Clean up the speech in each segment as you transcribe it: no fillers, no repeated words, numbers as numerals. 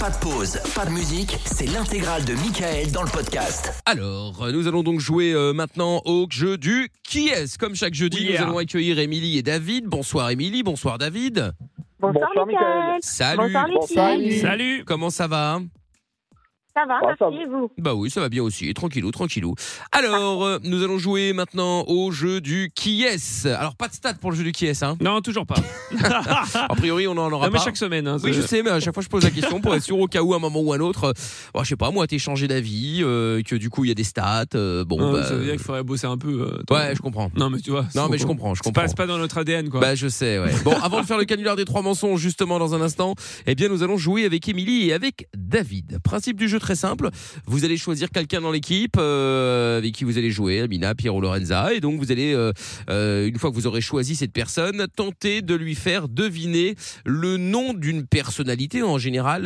Pas de pause, pas de musique, c'est l'intégrale de Mickaël dans le podcast. Alors, nous allons donc jouer maintenant au jeu du Qui est-ce. Comme chaque jeudi, nous allons accueillir Émilie et David. Bonsoir Émilie, bonsoir David. Bonsoir Mickaël. Salut. Bonsoir les filles. Salut. Comment ça va ? Ça va, merci et vous ? Bah oui, ça va bien aussi, tranquillou. Alors, nous allons jouer maintenant au jeu du Qui est-ce. Alors, pas de stats pour le jeu du Qui est-ce, hein ? Non, toujours pas. A priori, on en aura Non, mais pas. chaque semaine. Hein, Oui, je sais, mais à chaque fois, je pose la question pour être sûr au cas où, à un moment ou à un autre, je sais pas, moi, t'es changé d'avis, que du coup, il y a des stats. Ça veut dire qu'il faudrait bosser un peu. Ouais, je comprends. Non, mais tu vois. Non, mais je comprends. C'est pas dans notre ADN, quoi. Bah, je sais, ouais. Bon, avant de faire le canular des 3 mensonges, justement, dans un instant, eh bien, nous allons jouer avec Émilie et avec David. Principe du jeu très simple. Vous allez choisir quelqu'un dans l'équipe avec qui vous allez jouer, Amina, Pierre ou Lorenza, et donc vous allez, une fois que vous aurez choisi cette personne, tenter de lui faire deviner le nom d'une personnalité en général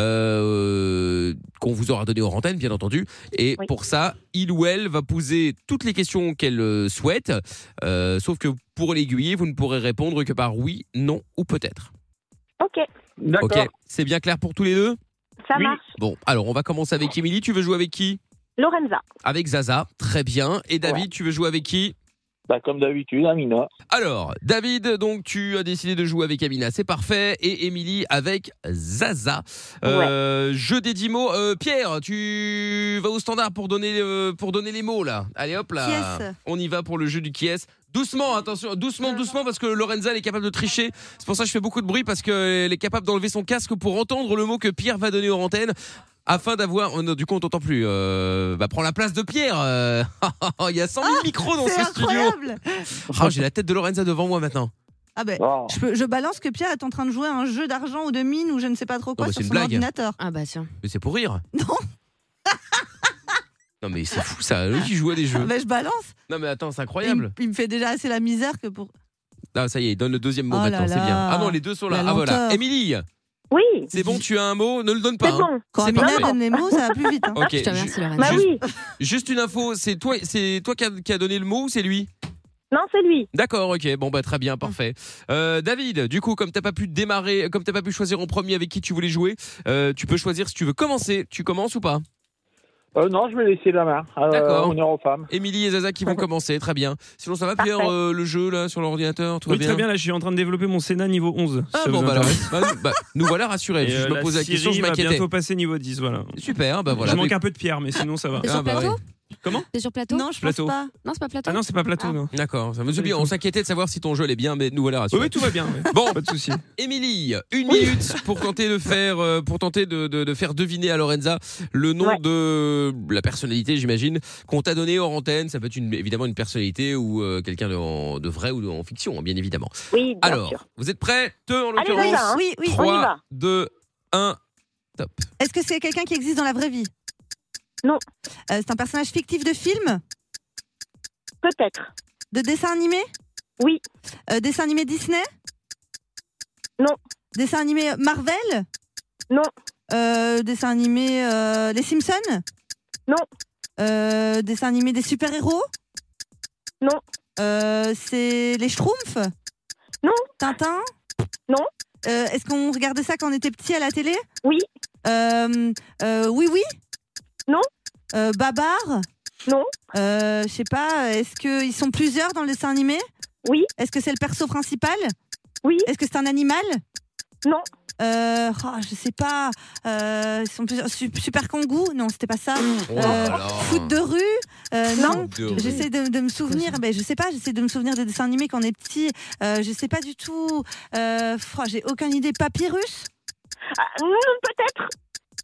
qu'on vous aura donné hors antenne, bien entendu. Et pour ça, il ou elle va poser toutes les questions qu'elle souhaite, sauf que pour l'aiguiller, vous ne pourrez répondre que par oui, non ou peut-être. Ok, D'accord. Ok, c'est bien clair pour tous les deux ? ça marche. Bon, alors on va commencer avec Émilie. Tu veux jouer avec qui ? Lorenza. Avec Zaza, très bien. Et David, tu veux jouer avec qui ? Bah, comme d'habitude, Amina. Alors, David, donc tu as décidé de jouer avec Amina, c'est parfait. Et Émilie avec Zaza. Jeu des 10 mots. Pierre, tu vas au standard pour donner les mots là. Allez hop là. Qui est-ce ? On y va pour le jeu du qui est-ce. Doucement, attention, doucement parce que Lorenza elle est capable de tricher. C'est pour ça que je fais beaucoup de bruit parce qu'elle est capable d'enlever son casque pour entendre le mot que Pierre va donner aux antennes. Afin d'avoir... Oh non, du coup, on t'entend plus. Prends la place de Pierre. Il y a 100 000 micros dans ce studio. C'est incroyable. J'ai la tête de Lorenza devant moi maintenant. Ah ben, Oh. je balance que Pierre est en train de jouer à un jeu d'argent ou de mine ou je ne sais pas trop quoi Non, mais sur c'est une son blague. ordinateur. Ah bah tiens. Mais c'est pour rire. Non. Non mais c'est fou ça, lui qui joue à des jeux. Ben, je balance. Non mais attends, c'est Il, incroyable. il me fait déjà assez la misère que pour... Ah ça y est, il donne le deuxième mot Oh maintenant, là c'est là. bien. Ah non, les deux sont là. La Ah voilà. lenteur. Émilie, Oui, c'est bon, tu as un mot, ne le donne pas. c'est bon. Quand C'est Amina parfait. donne les mots, ça va plus vite. Hein. Ok. Je te remercie, Lorenza. Bah Juste- oui. Juste une info, c'est toi qui a donné le mot ou c'est lui ? Non, c'est lui. D'accord, ok, bon bah très bien, parfait. David, du coup, comme t'as pas pu choisir en premier avec qui tu voulais jouer, tu peux choisir si tu veux commencer. Tu commences ou pas ? Non, je vais laisser la main. D'accord. Honneur aux femmes. Émilie et Zaza qui vont commencer, très bien. Sinon ça va Pierre, Parfait. le jeu là sur l'ordinateur, tout va Oui, bien ? très bien. Là, je suis en train de développer mon Sénat niveau 11. Ah ça bon, vous bah, alors, intéresse. nous voilà rassurés. Et, Je me la posais la question, Syrie je va m'inquiétais. bientôt passer niveau 10, voilà. Super, bah voilà. Je manque un peu de pierre, mais sinon ça va. T'es Ah, sur bah, plateau ouais. Comment ? T'es sur plateau Non, je pense Plateau. pas. Non, c'est pas plateau. Ah non, c'est pas plateau, Ah. non. D'accord, ça me dit Pas bien. du On tout. s'inquiétait de savoir si ton jeu allait bien, mais nous voilà Oui, rassurés. oui, tout va bien. ouais. Bon. Pas de souci. Émilie, 1 minute pour tenter de faire, de faire deviner à Lorenza le nom Ouais. de la personnalité, j'imagine, qu'on t'a donné hors antenne. Ça peut être évidemment une personnalité ou quelqu'un de vrai ou en fiction, hein, bien évidemment. Oui, bien Alors, sûr. vous êtes prêts ? En Allez, on y va, l'occurrence, hein. Oui, oui. On y 3, va. 2, 1, top. Est-ce que c'est quelqu'un qui existe dans la vraie vie ? Non. C'est un personnage fictif de film ? Peut-être. De dessin animé ? Oui. Dessin animé Disney ? Non. Dessin animé Marvel ? Non. Dessin animé Les Simpsons ? Non. Dessin animé des super-héros ? Non. C'est les Schtroumpfs ? Non. Tintin ? Non. Est-ce qu'on regardait ça quand on était petit à la télé ? Oui. Oui, oui ? Non. Babar ? Non. Je sais pas, est-ce qu'ils sont plusieurs dans le dessin animé ? Oui. Est-ce que c'est le perso principal ? Oui. Est-ce que c'est un animal ? Non. Je sais pas. Ils sont plusieurs. Super Kangoo ? Non, c'était pas ça. Oh là là. Foot de rue ? Non. Foot de rue. J'essaie de me souvenir. Je sais pas, j'essaie de me souvenir des dessins animés quand on est petit. Je sais pas du tout. J'ai aucune idée. Papyrus ? Peut-être. Peut-être ?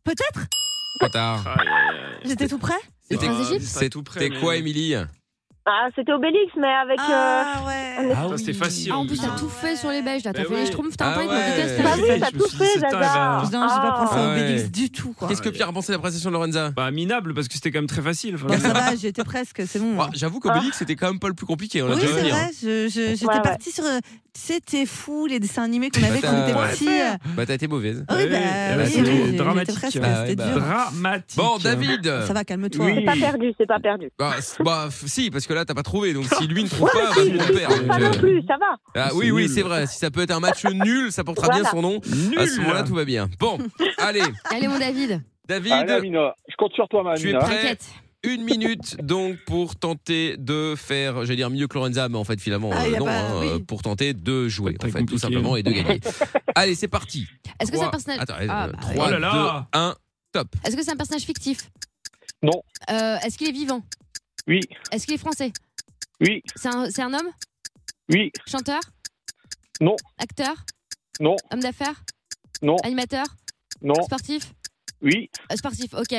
Trop tard. J'étais tout près ? C'était Prince d'Égypte C'est tout près. C'était quoi, Émilie ? Ah, c'était Obélix, mais avec... Ah ouais. Ça, c'était facile. Ah, en plus, t'as tout fait sur les Belges, là. T'as Mais fait oui. les Schtroumpfs, t'as Ah parlé de ouais. ma vitesse, Bah oui, Je t'as me tout suis dit, fait, c'est tard, Zaza. Non, j'ai pas pensé Ah à ouais. Obélix du tout, quoi. Qu'est-ce que Pierre a pensé de la prestation de Lorenza ? Bah, minable, parce que c'était quand même très facile. Enfin, Bon, ça va, j'y étais presque, c'est bon. J'avoue qu'Obélix c'était quand même pas le plus compliqué. On l'a Oui, déjà c'est dit, vrai, hein. j'étais Ouais, ouais. partie sur C'était fou les dessins animés qu'on avait quand on était Ouais. petits. Bah, t'as été mauvaise. Oui, Ouais, oui, c'était oui, dramatique. j'étais presque, Ah ouais, c'était bah, dur. Dramatique. Bon, David. Ça va, calme-toi. Oui. C'est pas perdu, c'est pas perdu. Si, parce que là, t'as pas trouvé. Donc, si lui ne trouve pas, si, bah, je on perd. trouve pas Donc, non plus, ça va. Ah C'est oui, oui, nul. c'est vrai. Si ça peut être un match nul, ça portera bien Voilà. son nom. Nul. À ce moment-là, tout va bien. Bon, allez, Allez, mon David, David, Allez, Amina, je compte sur toi, ma tu es Amina. prêt? t'inquiète. 1 minute donc pour tenter de faire, j'allais dire mieux que Lorenza, mais en fait finalement Y a non, pas- oui. pour tenter de jouer Très en fait tout compliqué. simplement et de gagner. Allez, c'est parti. Est-ce que c'est un 3, personnage attends, Ah, bah, 3, Oh là là. 2, 1, top. Est-ce que c'est un personnage fictif Non. Est-ce qu'il est vivant Oui, Est-ce qu'il est français oui, C'est un homme oui, Chanteur Non. Acteur non, Homme d'affaires non, Animateur non, Sportif oui, Sportif, ok.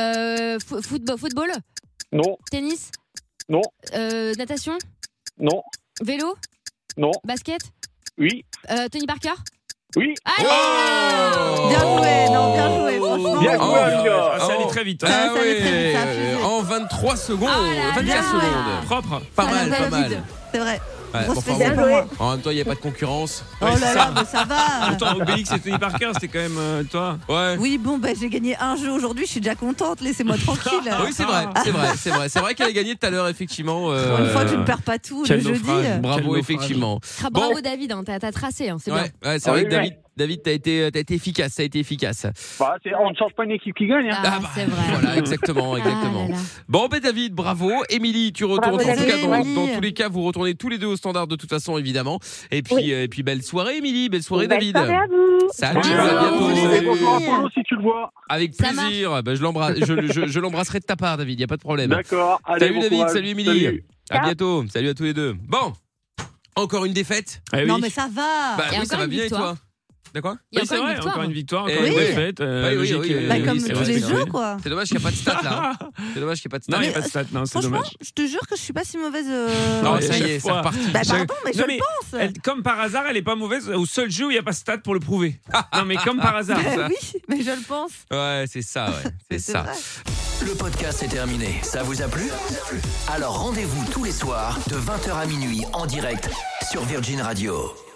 Football non, Tennis non, Natation non, Vélo non, Basket oui, Tony Parker oui. Allez Bien joué, non, bien joué, franchement. Bien joué, Oh, Amina. Ah, ça allait très vite. Ça hein. Ah allait très vite, ouais, ça a fusé. en 23 secondes, Ah là 24 là. secondes. Propre. Pas Ça mal, va, pas David. mal. C'est vrai. Ouais, Grosse enfin, fessée bon. pour moi. En même temps, il n'y a pas de concurrence. Oh là là, mais ça va. Attends, Obélix et Tony Parker, c'était quand même toi. Ouais. Oui, bon, bah, j'ai gagné un jeu aujourd'hui, je suis déjà contente, laissez-moi tranquille. Oui, c'est vrai, c'est vrai qu'elle a gagné tout à l'heure, effectivement. Pour une fois, tu ne perds pas tout quel le jeudi. naufrage. Bravo, Quel naufrage. effectivement. Ah, bravo Bon. David, hein, t'as tracé, hein, c'est bien. Ouais, c'est Ah vrai oui, que oui. David, t'as été efficace, ça a été efficace. Bah, on ne change pas une équipe qui gagne. Hein. Ah, c'est vrai. Voilà, exactement. Ah là là. Bon, ben David, bravo. Émilie, tu retournes. Bravo, En tout cas, David. dans tous les cas, vous retournez tous les deux au standard de toute façon, évidemment. Et puis, belle soirée, Émilie. Belle soirée, Belle David. soirée à vous. Salut, Bisous. à bientôt. Bisous. Et bonjour à Polo si tu le vois. Avec Ça plaisir. Ben, je l'embrasse. Je l'embrasserai de ta part, David. Il y a pas de problème. D'accord. Allez, Salut bon David, courage. salut Émilie. Salut. À bientôt. Salut à tous les deux. Bon, encore une défaite. Ah oui. Non, mais ça va. Bah Et oui, ça encore va une bien victoire. et toi? D'accord. Il y a Oui, c'est encore une vrai, victoire. encore une victoire, Eh encore une oui. défaite. Oui, logique, oui. Bah, Oui, comme c'est tous vrai, les c'est jeux, vrai. quoi. C'est dommage qu'il n'y a pas de stats là. C'est dommage qu'il n'y ait pas de stats. Non, il n'y a pas de stats, non, c'est Franchement, dommage. je te jure que je suis pas si mauvaise. Non, Ouais, ça y chaque est, c'est fois. reparti. Bah, Chaque- pardon, mais je Non, le mais pense. Comme par hasard, elle est pas mauvaise au seul jeu où il n'y a pas de stats pour le prouver. Non, mais comme par hasard. Bah oui, mais je le pense. Ouais, c'est ça, ouais. C'est ça. vrai. Le podcast est terminé. Ça vous a plu? Alors rendez-vous tous les soirs de 20h à minuit en direct sur Virgin Radio.